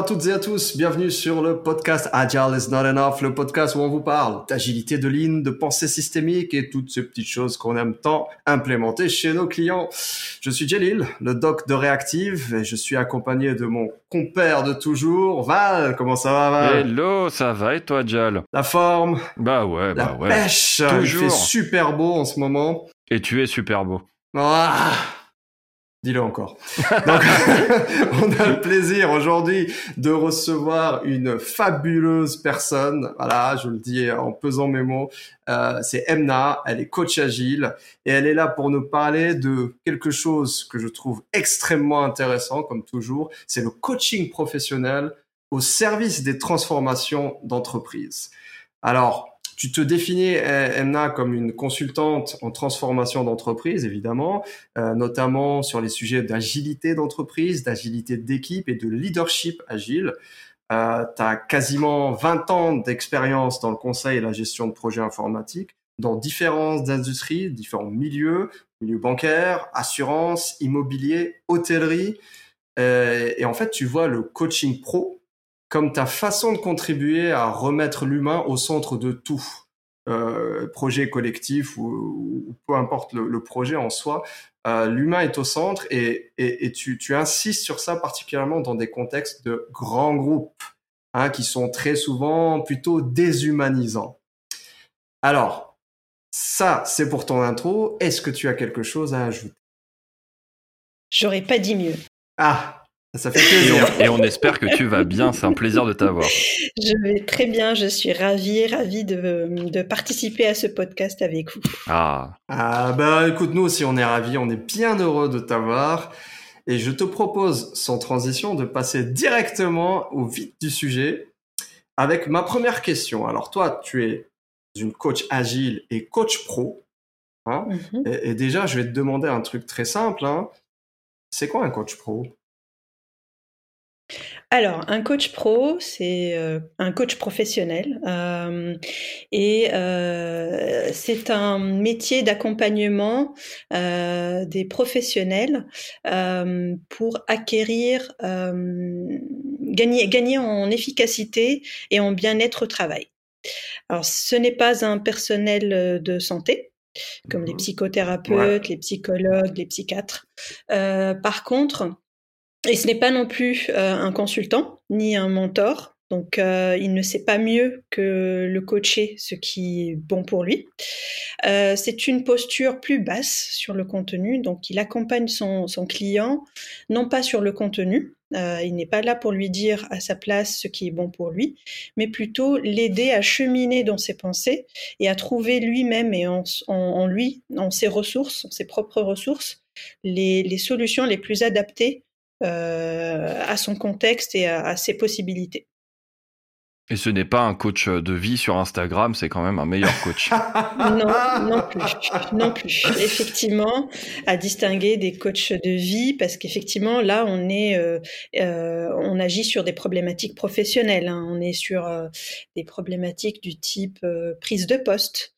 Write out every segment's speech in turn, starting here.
à toutes et à tous, bienvenue sur le podcast Agile is not enough, le podcast où on vous parle d'agilité de ligne, de pensée systémique et toutes ces petites choses qu'on aime tant implémenter chez nos clients. Je suis Jalil, le doc de Reactive, et je suis accompagné de mon compère de toujours, Val. Comment ça va, Val? Hello, ça va et toi, Jal? La forme? Bah ouais. Pêche. Toujours. Il fait super beau en ce moment. Et tu es super beau. Ah, dis-le encore. Donc, on a le plaisir aujourd'hui de recevoir une fabuleuse personne. Voilà, je le dis en pesant mes mots. C'est Emna, elle est coach agile et elle est là pour nous parler de quelque chose que je trouve extrêmement intéressant, comme toujours. C'est le coaching professionnel au service des transformations d'entreprise. Alors, tu te définis, Emna, comme une consultante en transformation d'entreprise, évidemment, notamment sur les sujets d'agilité d'entreprise, d'agilité d'équipe et de leadership agile. Tu as quasiment 20 ans d'expérience dans le conseil et la gestion de projets informatiques, dans différentes industries, différents milieux bancaires, assurance, immobilier, hôtellerie. Et en fait, tu vois le coaching pro comme ta façon de contribuer à remettre l'humain au centre de tout, projet collectif ou peu importe le projet en soi, l'humain est au centre et tu insistes sur ça particulièrement dans des contextes de grands groupes, hein, qui sont très souvent plutôt déshumanisants. Alors, ça, c'est pour ton intro. Est-ce que tu as quelque chose à ajouter? J'aurais pas dit mieux. Ah, ça fait plaisir. Et on espère que tu vas bien, c'est un plaisir de t'avoir. Je vais très bien, je suis ravie de participer à ce podcast avec vous. Ah bah écoute, nous aussi on est ravis, on est bien heureux de t'avoir. Et je te propose, sans transition, de passer directement au vif du sujet avec ma première question. Alors toi, tu es une coach agile et coach pro, hein. Et déjà, je vais te demander un truc très simple, hein. C'est quoi un coach pro? Alors, un coach pro, c'est un coach professionnel et c'est un métier d'accompagnement des professionnels pour acquérir, gagner en efficacité et en bien-être au travail. Alors, ce n'est pas un personnel de santé, comme les psychothérapeutes, les psychologues, les psychiatres. Par contre, et ce n'est pas non plus un consultant, ni un mentor. Donc, il ne sait pas mieux que le coacher ce qui est bon pour lui. C'est une posture plus basse sur le contenu. Donc, il accompagne son client, non pas sur le contenu. Il n'est pas là pour lui dire à sa place ce qui est bon pour lui, mais plutôt l'aider à cheminer dans ses pensées et à trouver lui-même et en lui, en ses ressources, en ses propres ressources, les solutions les plus adaptées à son contexte et à ses possibilités. Et ce n'est pas un coach de vie sur Instagram, c'est quand même un meilleur coach. Non plus. Effectivement, à distinguer des coachs de vie, parce qu'effectivement, là, on agit sur des problématiques professionnelles, hein. On est sur des problématiques du type prise de poste,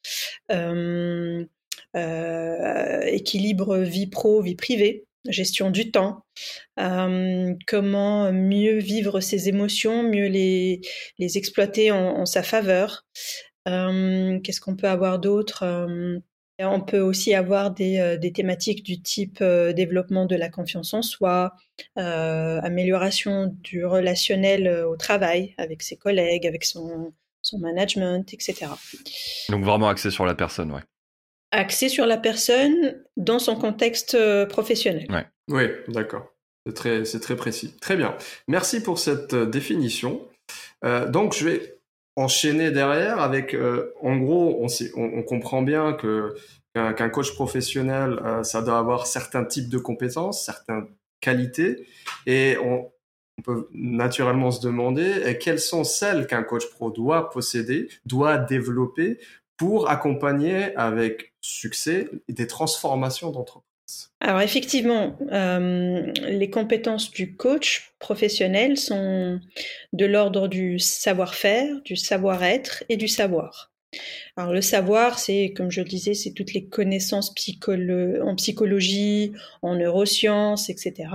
équilibre vie pro, vie privée, gestion du temps, comment mieux vivre ses émotions, mieux les exploiter en sa faveur. Qu'est-ce qu'on peut avoir d'autre? On peut aussi avoir des thématiques du type développement de la confiance en soi, amélioration du relationnel au travail avec ses collègues, avec son management, etc. Donc vraiment axé sur la personne, ouais. Axé sur la personne dans son contexte professionnel. Ouais. Oui, d'accord. C'est très précis. Très bien. Merci pour cette définition. Donc, je vais enchaîner derrière avec, en gros, on comprend bien qu'un coach professionnel, ça doit avoir certains types de compétences, certaines qualités, et on peut naturellement se demander quelles sont celles qu'un coach pro doit posséder, doit développer pour accompagner avec succès des transformations d'entreprise. Alors effectivement, les compétences du coach professionnel sont de l'ordre du savoir-faire, du savoir-être et du savoir. Alors le savoir, c'est, comme je le disais, c'est toutes les connaissances en psychologie, en neurosciences, etc.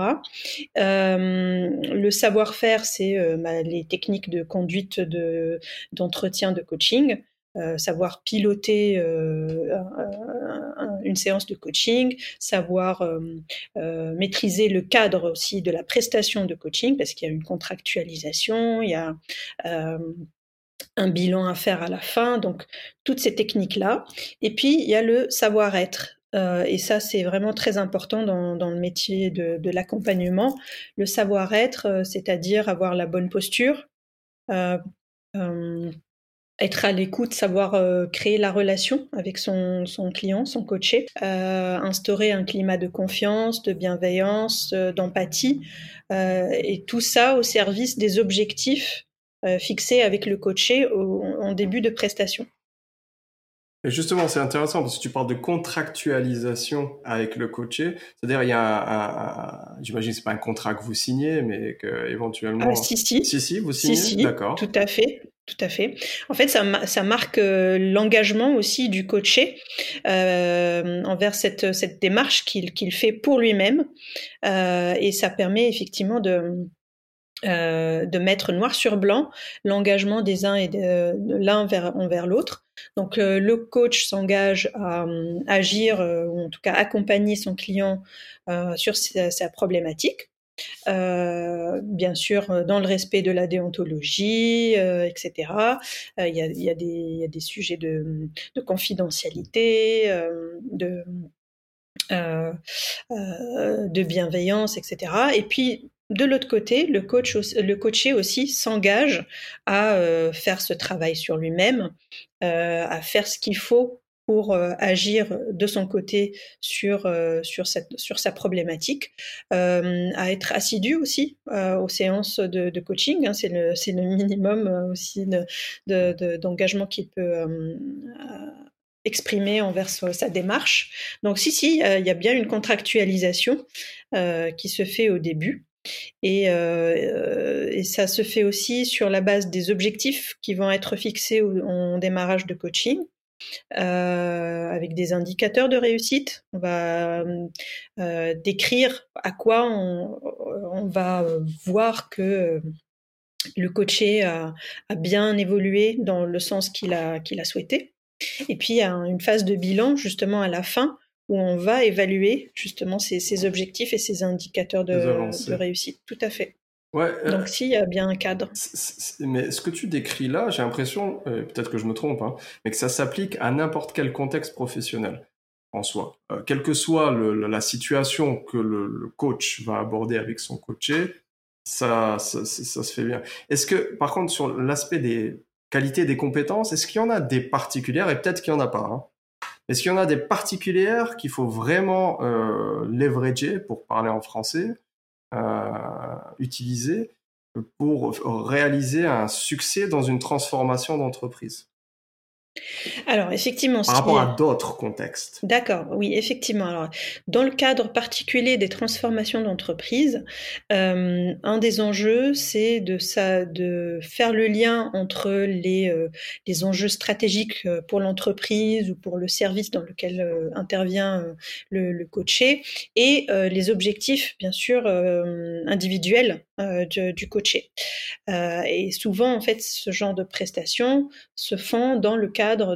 Le savoir-faire, c'est les techniques de conduite d'entretien de coaching. Savoir piloter une séance de coaching, savoir maîtriser le cadre aussi de la prestation de coaching, parce qu'il y a une contractualisation, il y a un bilan à faire à la fin, donc toutes ces techniques-là. Et puis, il y a le savoir-être. Et ça, c'est vraiment très important dans le métier de l'accompagnement. Le savoir-être, c'est-à-dire avoir la bonne posture, euh, être à l'écoute, savoir créer la relation avec son client, son coaché, instaurer un climat de confiance, de bienveillance, d'empathie, et tout ça au service des objectifs fixés avec le coaché en début de prestation. Et justement, c'est intéressant parce que tu parles de contractualisation avec le coaché. C'est-à-dire, il y a j'imagine que c'est pas un contrat que vous signez, mais que éventuellement. Si, vous signez. Si, d'accord. Tout à fait. En fait, ça marque l'engagement aussi du coaché envers cette démarche qu'il fait pour lui-même, et ça permet effectivement de mettre noir sur blanc l'engagement des uns et de l'un envers l'autre. Donc le coach s'engage à agir, ou en tout cas accompagner son client sur sa problématique. Bien sûr, dans le respect de la déontologie, etc. Il y a des sujets de confidentialité, de bienveillance, etc. Et puis, de l'autre côté, le coaché aussi s'engage à faire ce travail sur lui-même, à faire ce qu'il faut pour agir de son côté sur sa problématique, à être assidu aussi aux séances de coaching, hein, c'est le minimum aussi d'engagement qu'il peut exprimer envers sa démarche. Donc si, il y a bien une contractualisation qui se fait au début. Et ça se fait aussi sur la base des objectifs qui vont être fixés en démarrage de coaching, avec des indicateurs de réussite. On va décrire à quoi on va voir que le coaché a bien évolué dans le sens qu'il a souhaité. Et puis, il y a une phase de bilan, justement, à la fin, où on va évaluer, justement, ces objectifs et ces indicateurs de réussite. Tout à fait. Ouais, donc, il y a bien un cadre. Mais ce que tu décris là, j'ai l'impression, peut-être que je me trompe, hein, mais que ça s'applique à n'importe quel contexte professionnel en soi. Quelle que soit la situation que le coach va aborder avec son coaché, ça se fait bien. Est-ce que, par contre, sur l'aspect des qualités, des compétences, est-ce qu'il y en a des particulières, et peut-être qu'il n'y en a pas, hein. Est-ce qu'il y en a des particulières qu'il faut vraiment leverager, pour parler en français, utiliser pour réaliser un succès dans une transformation d'entreprise? Alors, effectivement, par rapport à d'autres contextes. D'accord, oui, effectivement. Alors, dans le cadre particulier des transformations d'entreprise, un des enjeux, c'est de faire le lien entre les enjeux stratégiques pour l'entreprise ou pour le service dans lequel intervient le coaché, et les objectifs, bien sûr, individuels du coaché. Et souvent, en fait, ce genre de prestations se font dans le cadre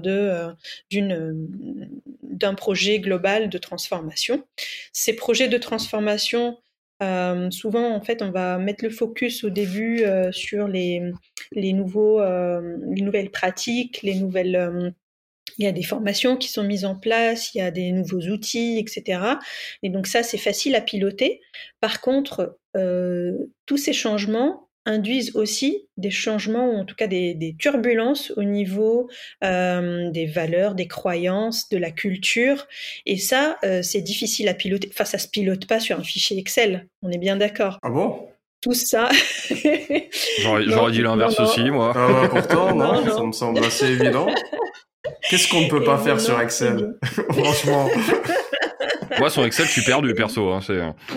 d'un projet global de transformation. Ces projets de transformation, souvent, en fait, on va mettre le focus au début sur les nouvelles pratiques, il y a des formations qui sont mises en place, il y a des nouveaux outils, etc. Et donc ça, c'est facile à piloter. Par contre, tous ces changements induisent aussi des changements, ou en tout cas des turbulences au niveau des valeurs, des croyances, de la culture. Et ça, c'est difficile à piloter. Enfin, ça se pilote pas sur un fichier Excel. On est bien d'accord. Ah bon? Tout ça. J'aurais dit l'inverse aussi, moi. Pourtant, non, ça me semble assez évident. Qu'est-ce qu'on ne peut pas faire sur Excel? Franchement. Moi, sur Excel, je suis perdu, perso. Hein,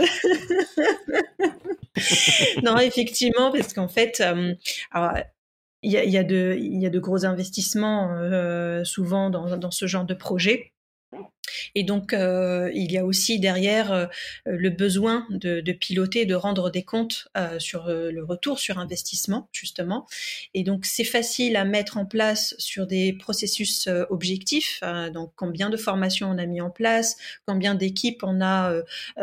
non, effectivement, parce qu'en fait, alors, il y a de gros investissements souvent dans ce genre de projet. Et donc, il y a aussi derrière le besoin de piloter, de rendre des comptes sur le retour sur investissement, justement. Et donc, c'est facile à mettre en place sur des processus objectifs. Donc, combien de formations on a mis en place, combien d'équipes on a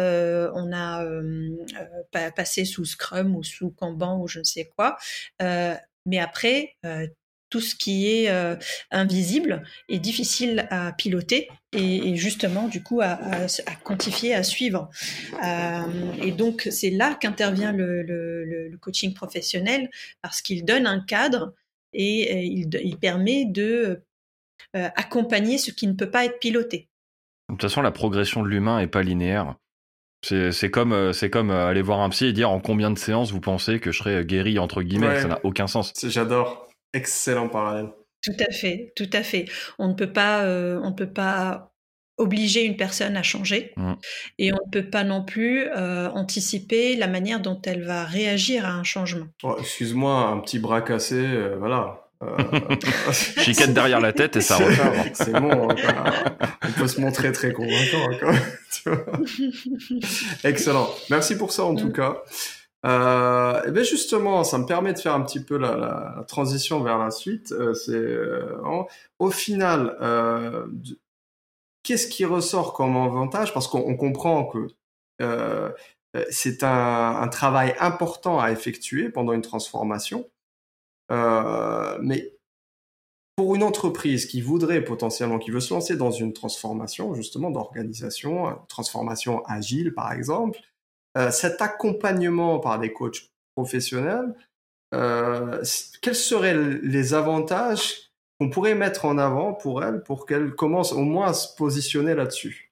passé sous Scrum ou sous Kanban ou je ne sais quoi. Mais après, tout ce qui est invisible est difficile à piloter et justement du coup à quantifier, à suivre. Et donc c'est là qu'intervient le coaching professionnel parce qu'il donne un cadre et il permet de accompagner ce qui ne peut pas être piloté. De toute façon, la progression de l'humain est pas linéaire. C'est comme aller voir un psy et dire en combien de séances vous pensez que je serai guéri entre guillemets. Ouais. Ça n'a aucun sens. J'adore. Excellent parallèle. Tout à fait, tout à fait. On ne peut pas obliger une personne à changer et on ne peut pas non plus anticiper la manière dont elle va réagir à un changement. Oh, excuse-moi, un petit bras cassé, voilà. Chiquette derrière la tête et ça repart. C'est bon, on peut se montrer très convaincant. Tu vois. Excellent. Merci pour ça en tout cas. Et bien justement, ça me permet de faire un petit peu la transition vers la suite. Au final, qu'est-ce qui ressort comme avantage? Parce qu'on comprend que c'est un travail important à effectuer pendant une transformation. Mais pour une entreprise qui voudrait potentiellement, qui veut se lancer dans une transformation justement d'organisation, transformation agile par exemple, cet accompagnement par des coachs professionnels, quels seraient les avantages qu'on pourrait mettre en avant pour elle, pour qu'elle commence au moins à se positionner là-dessus?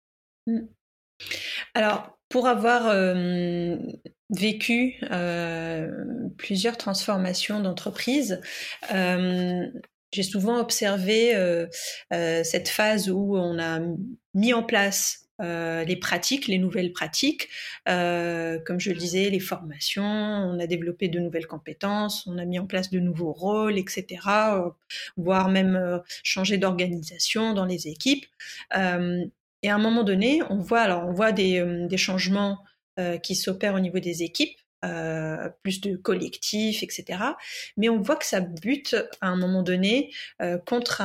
Alors, pour avoir vécu plusieurs transformations d'entreprise, j'ai souvent observé cette phase où on a mis en place les pratiques, les nouvelles pratiques, comme je le disais, les formations, on a développé de nouvelles compétences, on a mis en place de nouveaux rôles, etc., voire même changer d'organisation dans les équipes. Et à un moment donné, on voit des changements qui s'opèrent au niveau des équipes, plus de collectifs, etc. Mais on voit que ça bute à un moment donné contre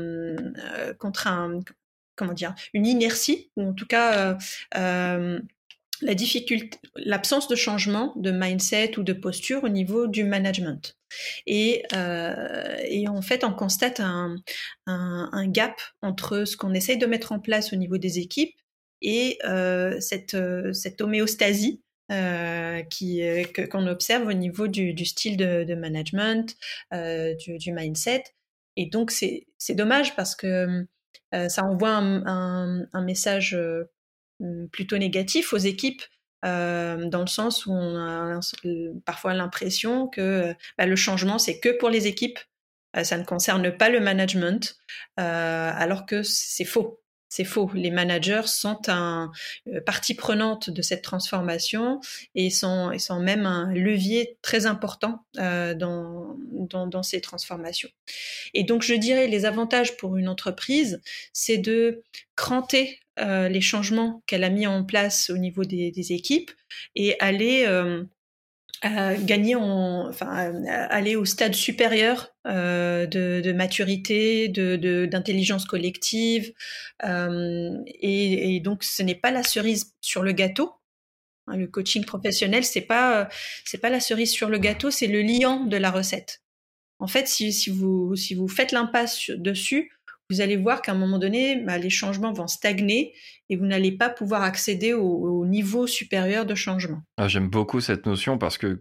une inertie, ou en tout cas la difficulté, l'absence de changement de mindset ou de posture au niveau du management. Et en fait, on constate un gap entre ce qu'on essaye de mettre en place au niveau des équipes et cette homéostasie qu'on observe au niveau du style de management, du mindset. Et donc, c'est dommage parce que ça envoie un message plutôt négatif aux équipes, dans le sens où on a parfois l'impression que le changement, c'est que pour les équipes, ça ne concerne pas le management, alors que c'est faux. C'est faux. Les managers sont partie prenante de cette transformation et sont même un levier très important dans ces transformations. Et donc, je dirais les avantages pour une entreprise, c'est de cranter les changements qu'elle a mis en place au niveau des équipes et aller aller au stade supérieur de maturité, d'intelligence collective, et donc ce n'est pas la cerise sur le gâteau. Le coaching professionnel, c'est pas la cerise sur le gâteau, c'est le liant de la recette. En fait, si vous faites l'impasse dessus, vous allez voir qu'à un moment donné, les changements vont stagner et vous n'allez pas pouvoir accéder au niveau supérieur de changement. J'aime beaucoup cette notion parce que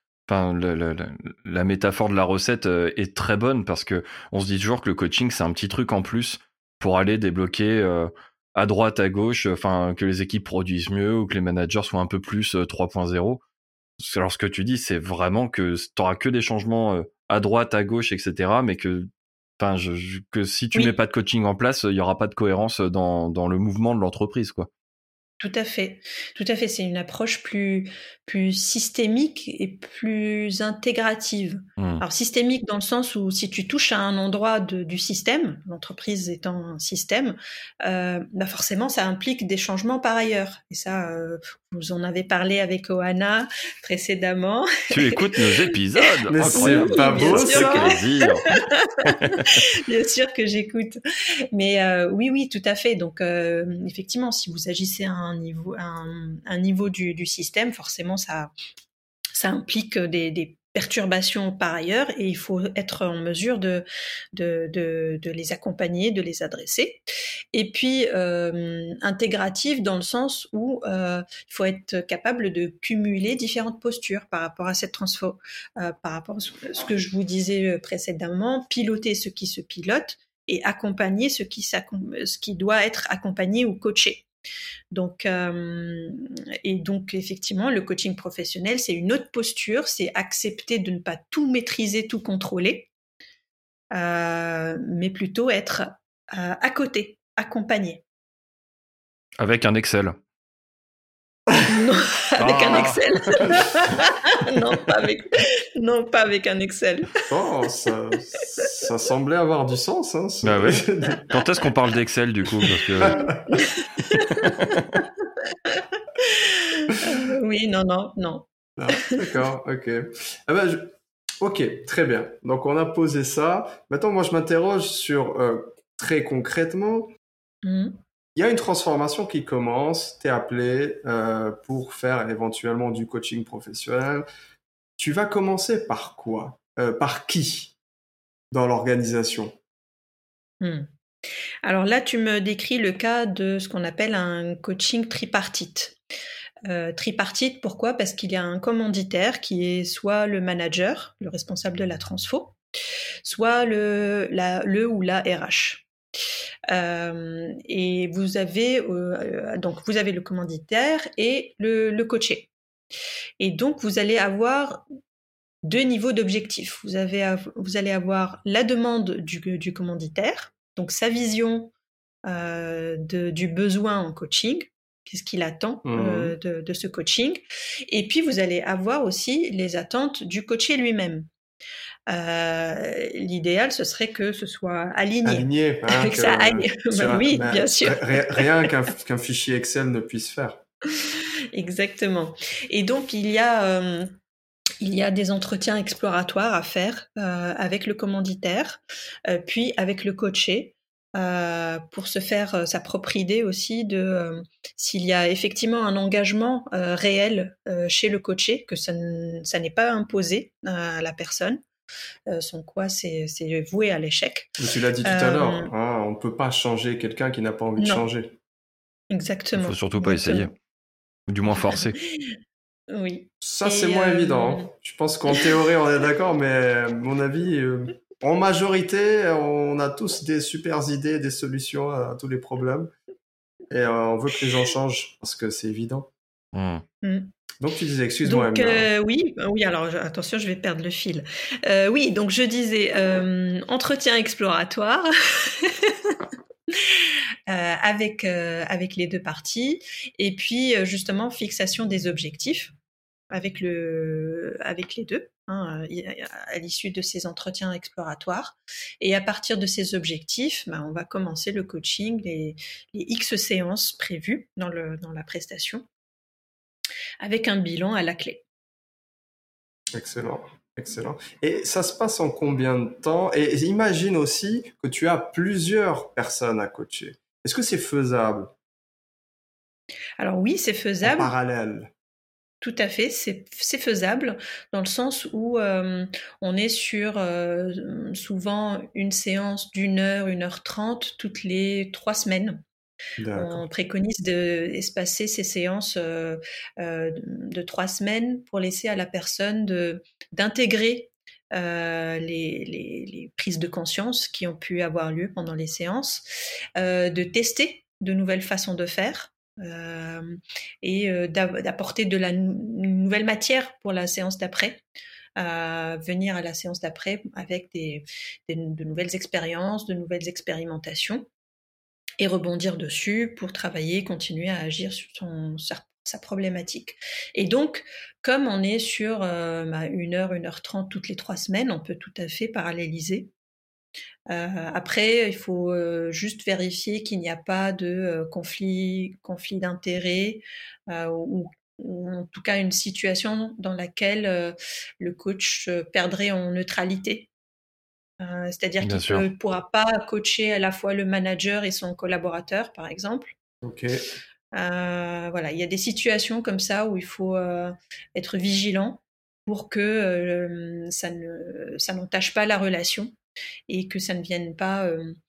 la métaphore de la recette est très bonne parce que on se dit toujours que le coaching c'est un petit truc en plus pour aller débloquer à droite, à gauche, que les équipes produisent mieux ou que les managers soient un peu plus 3.0. Alors ce que tu dis, c'est vraiment que t'auras que des changements à droite, à gauche, etc. Mais que si tu mets pas de coaching en place, il y aura pas de cohérence dans le mouvement de l'entreprise, quoi. Tout à fait. C'est une approche plus plus systémique et plus intégrative. Alors systémique dans le sens où si tu touches à un endroit du système, l'entreprise étant un système, forcément ça implique des changements par ailleurs. Et ça, vous en avez parlé avec Ohana précédemment. Tu écoutes nos épisodes. Mais c'est pas beau, c'est plaisir. Bien sûr que j'écoute. Mais oui, tout à fait. Donc effectivement, si vous agissez à un niveau du système, forcément ça implique des perturbations par ailleurs et il faut être en mesure de les accompagner, de les adresser. Et puis intégratif dans le sens où il faut être capable de cumuler différentes postures par rapport à cette transfo, par rapport à ce que je vous disais précédemment, piloter ce qui se pilote et accompagner ce qui doit être accompagné ou coaché. Donc, effectivement, le coaching professionnel, c'est une autre posture, c'est accepter de ne pas tout maîtriser, tout contrôler, mais plutôt être à côté, accompagné. Avec un Excel. Non, avec un Excel. Non, pas avec un Excel. Oh, ça semblait avoir du sens. Hein, bah ouais. Quand est-ce qu'on parle d'Excel du coup parce que... Oui, non. Ah, d'accord, ok. Ok, très bien. Donc on a posé ça. Maintenant, moi je m'interroge sur très concrètement. Il y a une transformation qui commence, tu es appelé pour faire éventuellement du coaching professionnel. Tu vas commencer par quoi? Par qui dans l'organisation? Alors là, tu me décris le cas de ce qu'on appelle un coaching tripartite. Tripartite, pourquoi? Parce qu'il y a un commanditaire qui est soit le manager, le responsable de la transfo, soit le ou la RH. Et vous avez le commanditaire et le coaché. Et donc vous allez avoir deux niveaux d'objectifs. Vous allez avoir la demande du commanditaire, donc sa vision du besoin en coaching, qu'est-ce qu'il attend de ce coaching, et puis vous allez avoir aussi les attentes du coaché lui-même. L'idéal, ce serait que ce soit aligné. Hein, que ça aille. Oui, bien sûr. Rien qu'un fichier Excel ne puisse faire. Exactement. Et donc, il y a des entretiens exploratoires à faire avec le commanditaire, puis avec le coaché, pour se faire sa propre idée aussi de s'il y a effectivement un engagement réel chez le coaché, que ça n'est pas imposé à la personne. Sans quoi c'est voué à l'échec. Mais tu l'as dit tout à l'heure, hein, on ne peut pas changer quelqu'un qui n'a pas envie de changer. Exactement. Il ne faut surtout pas essayer, ou du moins forcer. Oui. Ça, c'est moins évident. Hein. Je pense qu'en théorie, on est d'accord, mais à mon avis, en majorité, on a tous des super idées, des solutions à tous les problèmes. Et on veut que les gens changent, parce que c'est évident. Donc tu disais, excuse-moi. Donc oui, alors attention, je vais perdre le fil. Oui, donc je disais entretien exploratoire avec les deux parties, et puis justement fixation des objectifs avec les deux, hein, à l'issue de ces entretiens exploratoires. Et à partir de ces objectifs, on va commencer le coaching, les X séances prévues dans la prestation, avec un bilan à la clé. Excellent. Et ça se passe en combien de temps? Et imagine aussi que tu as plusieurs personnes à coacher. Est-ce que c'est faisable? Alors oui, c'est faisable. En parallèle. Tout à fait, c'est faisable dans le sens où on est sur souvent une séance d'1 heure, 1h30 toutes les 3 semaines. On préconise d'espacer ces séances de 3 semaines pour laisser à la personne d'intégrer les prises de conscience qui ont pu avoir lieu pendant les séances, de tester de nouvelles façons de faire, et d'apporter de la nouvelle matière pour la séance d'après. Venir à la séance d'après avec de nouvelles expériences, de nouvelles expérimentations, et rebondir dessus pour travailler, continuer à agir sur sa problématique. Et donc, comme on est sur 1h, 1h30 toutes les 3 semaines, on peut tout à fait paralléliser. Après, il faut juste vérifier qu'il n'y a pas de conflit d'intérêt ou en tout cas une situation dans laquelle le coach perdrait en neutralité. C'est-à-dire Bien qu'il sûr. ne pourra pas coacher à la fois le manager et son collaborateur, par exemple. Ok. Voilà, il y a des situations comme ça où il faut être vigilant pour que ça n'entache pas la relation et que ça ne vienne pas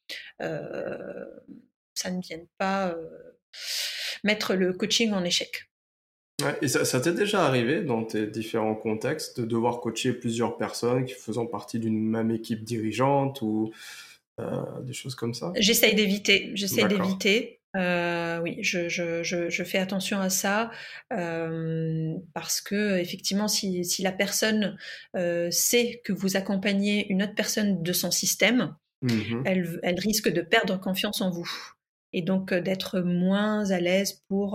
mettre le coaching en échec. Ouais, et ça t'est déjà arrivé dans tes différents contextes de devoir coacher plusieurs personnes qui faisant partie d'une même équipe dirigeante ou des choses comme ça? J'essaye d'éviter. D'accord. Oui, je fais attention à ça parce que effectivement, si la personne sait que vous accompagnez une autre personne de son système, Mhm. elle risque de perdre confiance en vous et donc d'être moins à l'aise pour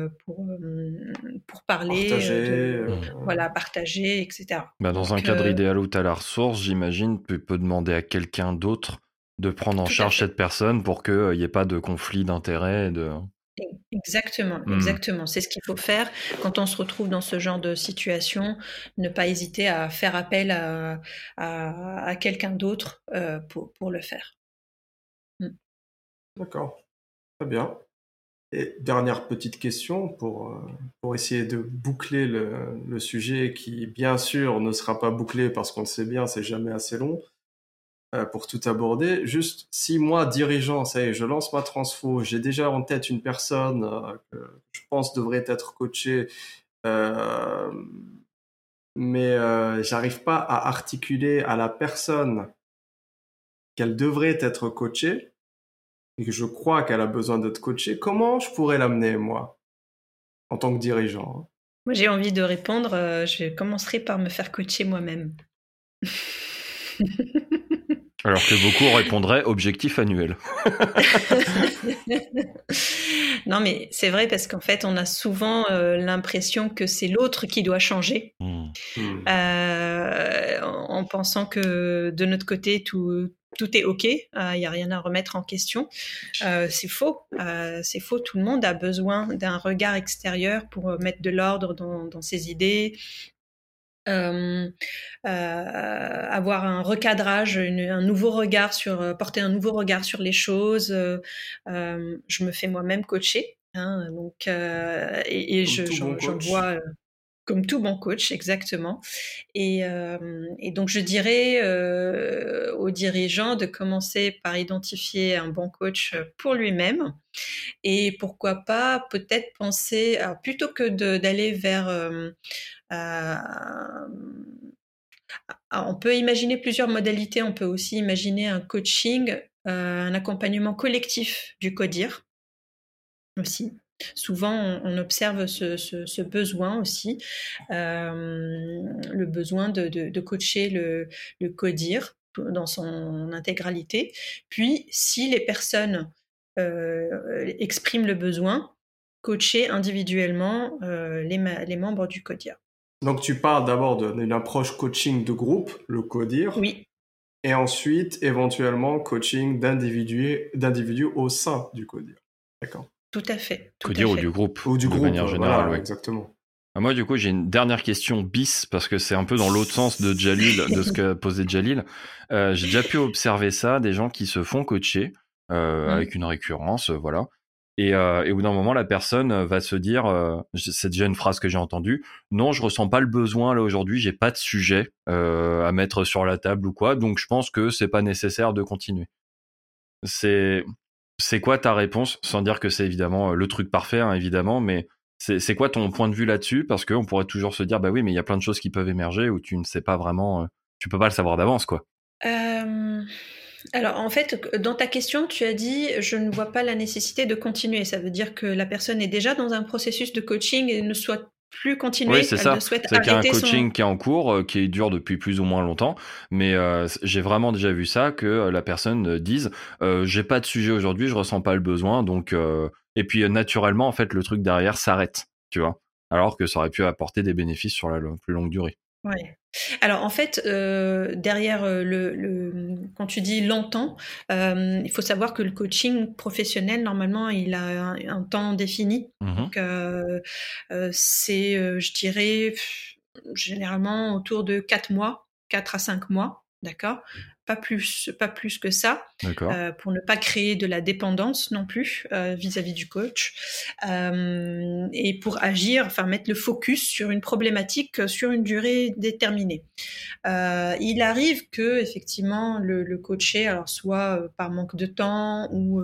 parler, Partager. partager, etc. Dans un Donc, cadre idéal où tu as la ressource, j'imagine, tu peux demander à quelqu'un d'autre de prendre en tout à charge fait. cette personne pour qu'il n'y ait pas de conflit d'intérêt. Exactement, Hmm. exactement. C'est ce qu'il faut faire quand on se retrouve dans ce genre de situation. Ne pas hésiter à faire appel à quelqu'un d'autre pour le faire. D'accord. Très bien. Et dernière petite question pour essayer de boucler le sujet qui, bien sûr, ne sera pas bouclé parce qu'on le sait bien, c'est jamais assez long pour tout aborder. Juste, si moi, dirigeant, ça y est, je lance ma transfo, j'ai déjà en tête une personne que je pense devrait être coachée, euh, mais j'arrive pas à articuler à la personne qu'elle devrait être coachée et que je crois qu'elle a besoin d'être coachée, comment je pourrais l'amener, moi, en tant que dirigeant? Moi, j'ai envie de répondre. Je commencerai par me faire coacher moi-même. Alors que beaucoup répondraient objectif annuel. Non, mais c'est vrai parce qu'en fait, on a souvent l'impression que c'est l'autre qui doit changer, en pensant que de notre côté, tout est OK, il n'y a rien à remettre en question. C'est faux. Tout le monde a besoin d'un regard extérieur pour mettre de l'ordre dans ses idées, avoir un recadrage, un nouveau regard porter un nouveau regard sur les choses. Je me fais moi-même coacher, hein, donc et Comme tout bon j'en coach. vois comme tout bon coach, exactement. Et donc je dirais aux dirigeants de commencer par identifier un bon coach pour lui-même. Et pourquoi pas peut-être penser, alors, plutôt que d'aller vers on peut imaginer plusieurs modalités. On peut aussi imaginer un coaching, un accompagnement collectif du CODIR aussi. Souvent, on observe ce besoin aussi, le besoin de coacher le CODIR dans son intégralité. Puis, si les personnes expriment le besoin, coacher individuellement les membres du CODIR. Donc tu parles d'abord d'une approche coaching de groupe, le CODIR, Oui, et ensuite éventuellement coaching d'individus au sein du CODIR. D'accord. tout à fait. Codir ou du groupe. Ou du de groupe, manière générale, voilà, ouais. exactement. Moi, du coup, j'ai une dernière question bis, parce que c'est un peu dans l'autre sens de Jalil, de ce qu'a posé Jalil. J'ai déjà pu observer ça, des gens qui se font coacher avec une récurrence, voilà. Et au bout d'un moment, la personne va se dire, c'est déjà une phrase que j'ai entendue, non, je ressens pas le besoin là aujourd'hui, j'ai pas de sujet à mettre sur la table ou quoi, donc je pense que c'est pas nécessaire de continuer. C'est quoi ta réponse, sans dire que c'est évidemment le truc parfait, hein, évidemment, mais c'est quoi ton point de vue là-dessus? Parce qu'on pourrait toujours se dire, bah oui, mais il y a plein de choses qui peuvent émerger où tu ne sais pas vraiment, tu peux pas le savoir d'avance, quoi. Alors, en fait, dans ta question, tu as dit « je ne vois pas la nécessité de continuer ». Ça veut dire que la personne est déjà dans un processus de coaching et ne souhaite plus continuer. Oui, c'est ça. Souhaite C'est qu'il y a un arrêter coaching qui est en cours, qui dure depuis plus ou moins longtemps, mais j'ai vraiment déjà vu ça, que la personne dise j'ai pas de sujet aujourd'hui, je ressens pas le besoin, donc et puis naturellement, en fait, le truc derrière s'arrête. tu vois, alors que ça aurait pu apporter des bénéfices sur la plus longue durée. Ouais. Alors en fait, derrière quand tu dis longtemps, il faut savoir que le coaching professionnel, normalement, il a un temps défini. Donc c'est, je dirais, généralement autour de 4 mois, 4 à 5 mois, d'accord ? Pas plus que ça, pour ne pas créer de la dépendance non plus vis-à-vis du coach, et pour agir, enfin mettre le focus sur une problématique sur une durée déterminée. Il arrive que effectivement le coaché, alors soit par manque de temps ou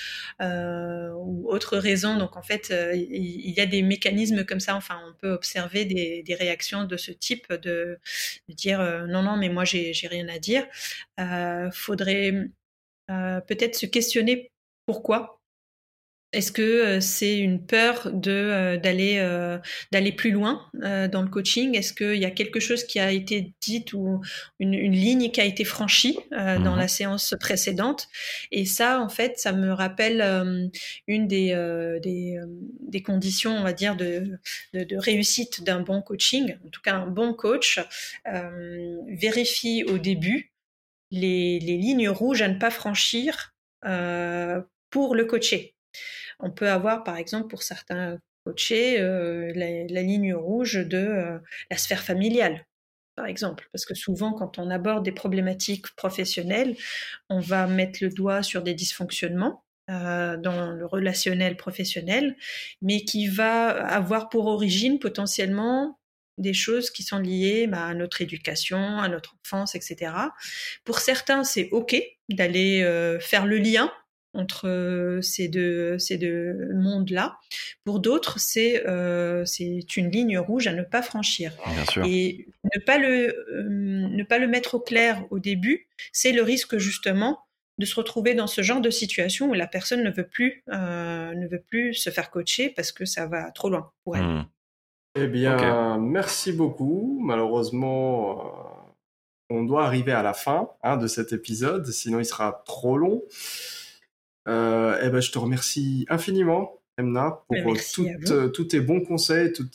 autre raison, donc en fait il y a des mécanismes comme ça, enfin on peut observer des réactions de ce type, de dire non mais moi j'ai rien à dire. Faudrait peut-être se questionner pourquoi. Est-ce que c'est une peur d'aller plus loin dans le coaching ? Est-ce qu'il y a quelque chose qui a été dit ou une ligne qui a été franchie dans la séance précédente ? Et ça, en fait, ça me rappelle une des conditions, on va dire, de réussite d'un bon coaching. En tout cas, un bon coach vérifie au début les lignes rouges à ne pas franchir pour le coacher. On peut avoir, par exemple, pour certains coachés, la ligne rouge de la sphère familiale, par exemple. Parce que souvent, quand on aborde des problématiques professionnelles, on va mettre le doigt sur des dysfonctionnements dans le relationnel professionnel, mais qui va avoir pour origine potentiellement des choses qui sont liées à notre éducation, à notre enfance, etc. Pour certains, c'est OK d'aller faire le lien entre ces deux mondes-là. Pour d'autres, c'est une ligne rouge à ne pas franchir. Bien sûr. Et ne pas le mettre au clair au début, c'est le risque justement de se retrouver dans ce genre de situation où la personne ne veut plus se faire coacher parce que ça va trop loin pour elle. Eh bien, merci beaucoup. Malheureusement, on doit arriver à la fin de cet épisode, sinon il sera trop long. Je te remercie infiniment, Emna, pour tous tes bons conseils, toutes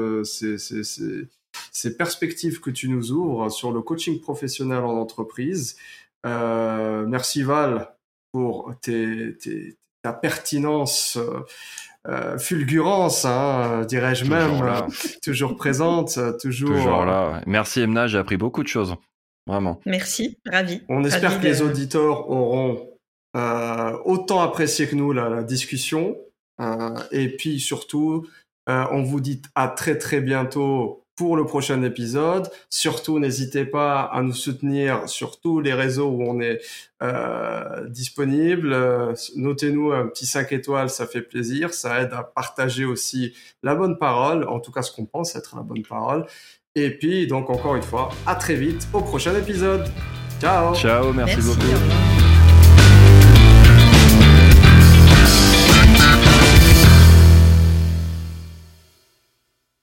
ces perspectives que tu nous ouvres sur le coaching professionnel en entreprise. Merci Val pour ta pertinence, fulgurance, dirais-je même, toujours présente, toujours là. Merci Emna, j'ai appris beaucoup de choses, vraiment. Merci, ravi. On espère que les auditeurs auront autant apprécié que nous la discussion, et puis surtout on vous dit à très très bientôt pour le prochain épisode. Surtout n'hésitez pas à nous soutenir sur tous les réseaux où on est disponible. Notez-nous un petit 5 étoiles, ça fait plaisir, ça aide à partager aussi la bonne parole, en tout cas ce qu'on pense être la bonne parole. Et puis donc encore une fois, à très vite au prochain épisode. Ciao. Ciao, merci beaucoup.